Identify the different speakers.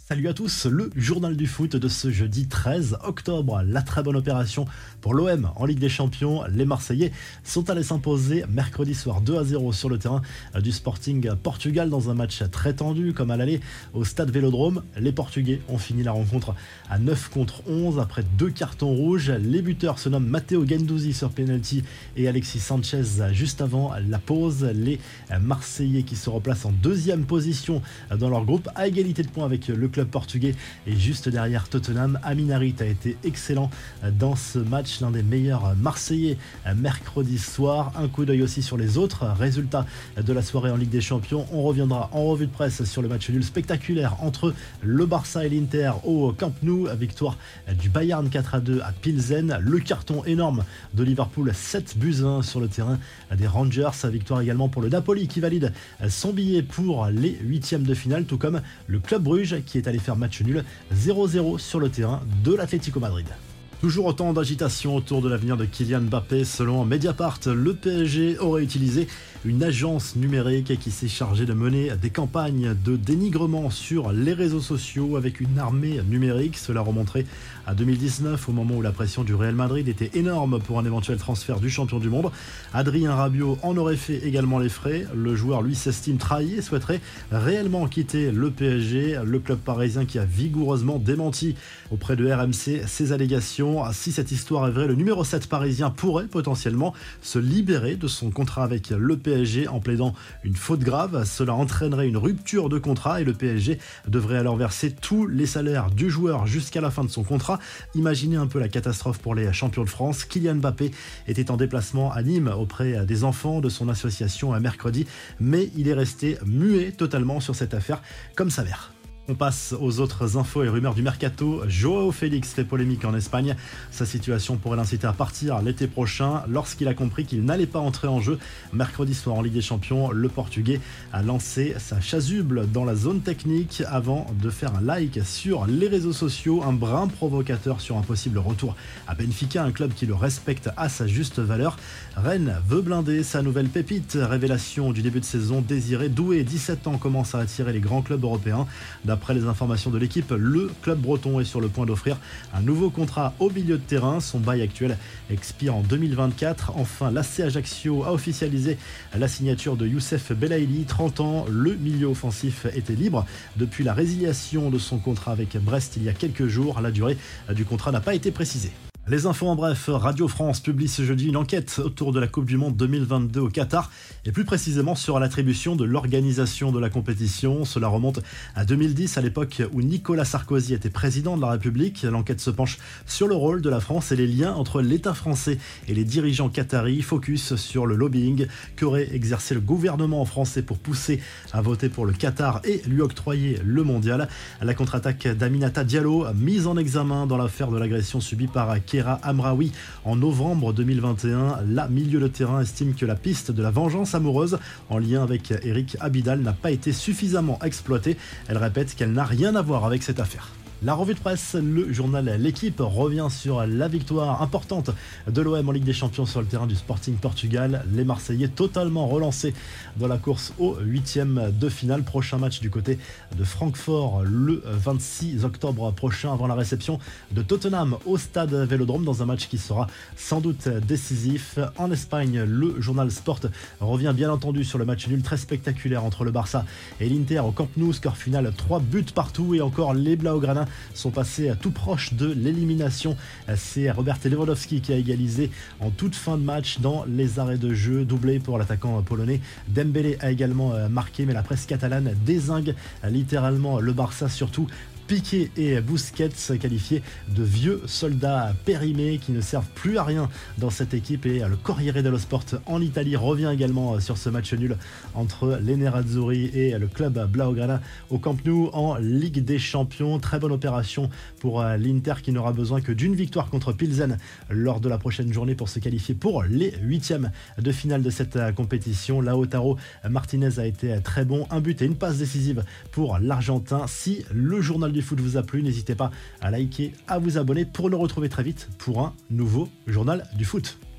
Speaker 1: Salut à tous, le journal du foot de ce jeudi 13 octobre. La très bonne opération pour l'OM en Ligue des Champions. Les Marseillais sont allés s'imposer mercredi soir 2-0 sur le terrain du Sporting Portugal dans un match très tendu comme à l'aller au stade Vélodrome. Les Portugais ont fini la rencontre à 9 contre 11 après 2 cartons rouges. Les buteurs se nomment Matteo Guendouzi sur penalty et Alexis Sanchez juste avant la pause. Les Marseillais qui se replacent en deuxième position dans leur groupe à égalité de points avec le club portugais et juste derrière Tottenham. Amin Harit a été excellent dans ce match, l'un des meilleurs Marseillais mercredi soir. Un coup d'œil aussi sur les autres résultats de la soirée en Ligue des Champions. On reviendra en revue de presse sur le match nul spectaculaire entre le Barça et l'Inter au Camp Nou, victoire du Bayern 4-2 à Pilsen, le carton énorme de Liverpool 7-1 sur le terrain des Rangers, victoire également pour le Napoli qui valide son billet pour les huitièmes de finale, tout comme le Club Bruges qui est allé faire match nul 0-0 sur le terrain de l'Atlético Madrid. Toujours autant d'agitation autour de l'avenir de Kylian Mbappé. Selon Mediapart, le PSG aurait utilisé une agence numérique qui s'est chargée de mener des campagnes de dénigrement sur les réseaux sociaux avec une armée numérique. Cela remonterait à 2019, au moment où la pression du Real Madrid était énorme pour un éventuel transfert du champion du monde. Adrien Rabiot en aurait fait également les frais. Le joueur, lui, s'estime trahi et souhaiterait réellement quitter le PSG. Le club parisien qui a vigoureusement démenti auprès de RMC ces allégations. Si cette histoire est vraie, le numéro 7 parisien pourrait potentiellement se libérer de son contrat avec le PSG en plaidant une faute grave. Cela entraînerait une rupture de contrat et le PSG devrait alors verser tous les salaires du joueur jusqu'à la fin de son contrat. Imaginez un peu la catastrophe pour les champions de France. Kylian Mbappé était en déplacement à Nîmes auprès des enfants de son association à mercredi, mais il est resté muet totalement sur cette affaire comme sa mère. On passe aux autres infos et rumeurs du mercato. Joao Félix fait polémique en Espagne. Sa situation pourrait l'inciter à partir l'été prochain lorsqu'il a compris qu'il n'allait pas entrer en jeu. Mercredi soir en Ligue des Champions, le Portugais a lancé sa chasuble dans la zone technique avant de faire un like sur les réseaux sociaux, un brin provocateur sur un possible retour à Benfica, un club qui le respecte à sa juste valeur. Rennes veut blinder sa nouvelle pépite. Révélation du début de saison, Désiré Doué, 17 ans, commence à attirer les grands clubs européens. D'après les informations de l'équipe, le club breton est sur le point d'offrir un nouveau contrat au milieu de terrain. Son bail actuel expire en 2024. Enfin, l'AC Ajaccio a officialisé la signature de Youssef Belaïli, 30 ans. Le milieu offensif était libre depuis la résiliation de son contrat avec Brest il y a quelques jours. La durée du contrat n'a pas été précisée. Les infos en bref, Radio France publie ce jeudi une enquête autour de la Coupe du Monde 2022 au Qatar et plus précisément sur l'attribution de l'organisation de la compétition. Cela remonte à 2010, à l'époque où Nicolas Sarkozy était président de la République. L'enquête se penche sur le rôle de la France et les liens entre l'État français et les dirigeants qataris. Focus sur le lobbying qu'aurait exercé le gouvernement français pour pousser à voter pour le Qatar et lui octroyer le mondial. La contre-attaque d'Aminata Diallo, mise en examen dans l'affaire de l'agression subie par Kera Amraoui en novembre 2021. La milieu de terrain estime que la piste de la vengeance amoureuse en lien avec Eric Abidal n'a pas été suffisamment exploitée. Elle répète qu'elle n'a rien à voir avec cette affaire. La revue de presse, le journal L'équipe revient sur la victoire importante de l'OM en Ligue des Champions sur le terrain du Sporting Portugal. Les Marseillais totalement relancés dans la course au huitième de finale. Prochain match du côté de Francfort le 26 octobre prochain avant la réception de Tottenham au stade Vélodrome dans un match qui sera sans doute décisif. En Espagne, le journal Sport revient bien entendu sur le match nul très spectaculaire entre le Barça et l'Inter au Camp Nou. Score final 3 buts partout et encore les Blaugrana sont passés tout proche de l'élimination. C'est Robert Lewandowski qui a égalisé en toute fin de match dans les arrêts de jeu, doublé pour l'attaquant polonais. Dembélé a également marqué, mais la presse catalane dézingue littéralement le Barça, surtout Piqué et Busquets qualifiés de vieux soldats périmés qui ne servent plus à rien dans cette équipe. Et le Corriere dello Sport en Italie revient également sur ce match nul entre les Nerazzurri et le club Blaugrana au Camp Nou en Ligue des Champions. Très bonne opération pour l'Inter qui n'aura besoin que d'une victoire contre Pilsen lors de la prochaine journée pour se qualifier pour les huitièmes de finale de cette compétition. Lautaro Martinez a été très bon, un but et une passe décisive pour l'Argentin. Si le journal du foot vous a plu, n'hésitez pas à liker, à vous abonner pour nous retrouver très vite pour un nouveau journal du foot.